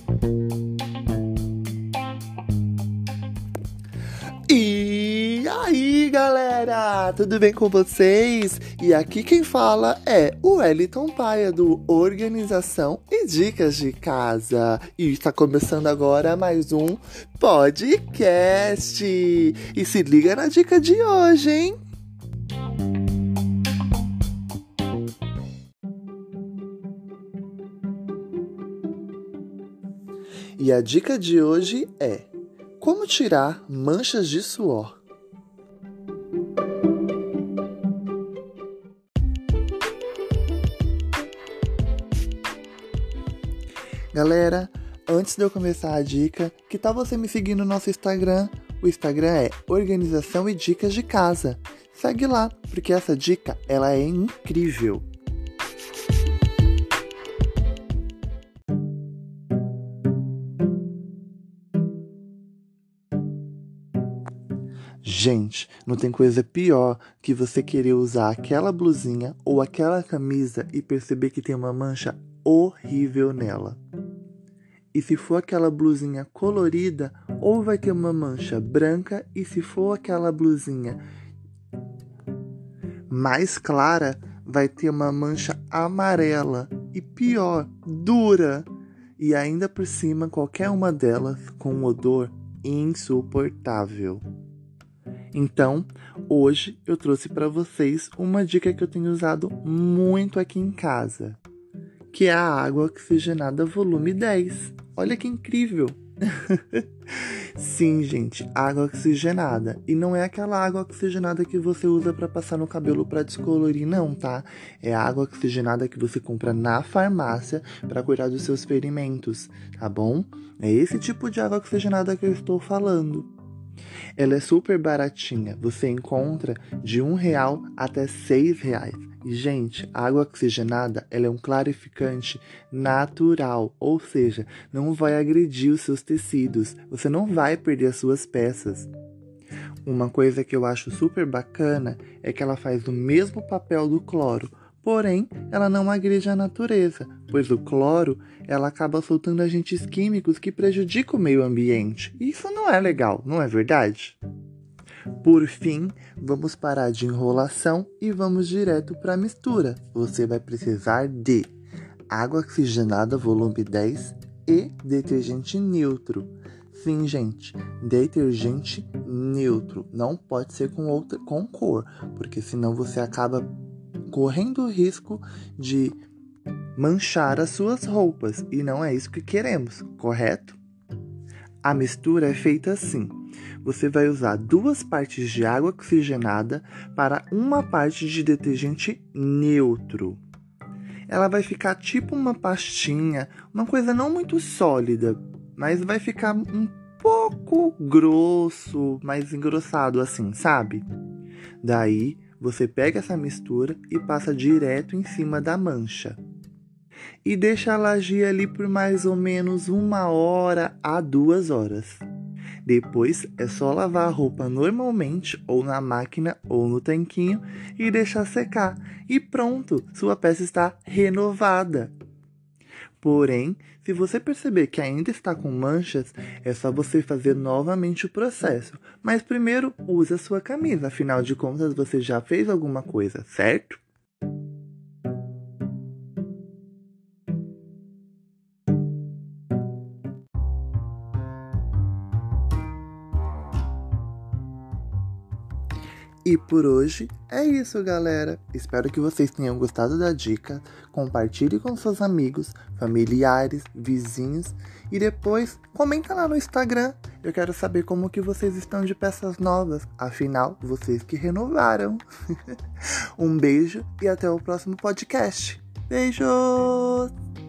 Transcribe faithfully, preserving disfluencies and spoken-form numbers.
E aí, galera, tudo bem com vocês? E aqui quem fala é o Wellington Paia, do Organização e Dicas de Casa. E está começando agora mais um podcast. E se liga na dica de hoje, hein? E a dica de hoje é: como tirar manchas de suor? Galera, antes de eu começar a dica, que tal você me seguir no nosso Instagram? O Instagram é Organização e Dicas de Casa. Segue lá, porque essa dica ela é incrível. Gente, não tem coisa pior que você querer usar aquela blusinha ou aquela camisa e perceber que tem uma mancha horrível nela. E se for aquela blusinha colorida, ou vai ter uma mancha branca, e se for aquela blusinha mais clara, vai ter uma mancha amarela. E pior, dura. E ainda por cima, qualquer uma delas com um odor insuportável. Então, hoje eu trouxe para vocês uma dica que eu tenho usado muito aqui em casa, que é a água oxigenada volume dez. Olha que incrível! Sim, gente, água oxigenada. E não é aquela água oxigenada que você usa para passar no cabelo para descolorir, não, tá? É a água oxigenada que você compra na farmácia para cuidar dos seus ferimentos, tá bom? É esse tipo de água oxigenada que eu estou falando. Ela é super baratinha, você encontra de um real até seis reais. E, gente, a água oxigenada ela é um clarificante natural, ou seja, não vai agredir os seus tecidos, você não vai perder as suas peças. Uma coisa que eu acho super bacana é que ela faz o mesmo papel do cloro, porém, ela não agride a natureza, pois o cloro ela acaba soltando agentes químicos que prejudicam o meio ambiente. E isso não é legal, não é verdade? Por fim, vamos parar de enrolação e vamos direto para a mistura. Você vai precisar de água oxigenada volume dez e detergente neutro. Sim, gente, detergente neutro. Não pode ser com outra com cor, porque senão você acaba correndo o risco de manchar as suas roupas, e não é isso que queremos, correto? A mistura é feita assim: você vai usar duas partes de água oxigenada para uma parte de detergente neutro. Ela vai ficar tipo uma pastinha, uma coisa não muito sólida, mas vai ficar um pouco grosso, mais engrossado assim, sabe? Daí, você pega essa mistura e passa direto em cima da mancha. E deixa ela agir ali por mais ou menos uma hora a duas horas. Depois é só lavar a roupa normalmente, ou na máquina ou no tanquinho, e deixar secar. E pronto, sua peça está renovada. Porém, se você perceber que ainda está com manchas, é só você fazer novamente o processo. Mas primeiro, use a sua camisa, afinal de contas você já fez alguma coisa, certo? E por hoje é isso, galera. Espero que vocês tenham gostado da dica. Compartilhe com seus amigos, familiares, vizinhos e depois comenta lá no Instagram. Eu quero saber como que vocês estão de peças novas. Afinal, vocês que renovaram. Um beijo e até o próximo podcast. Beijos!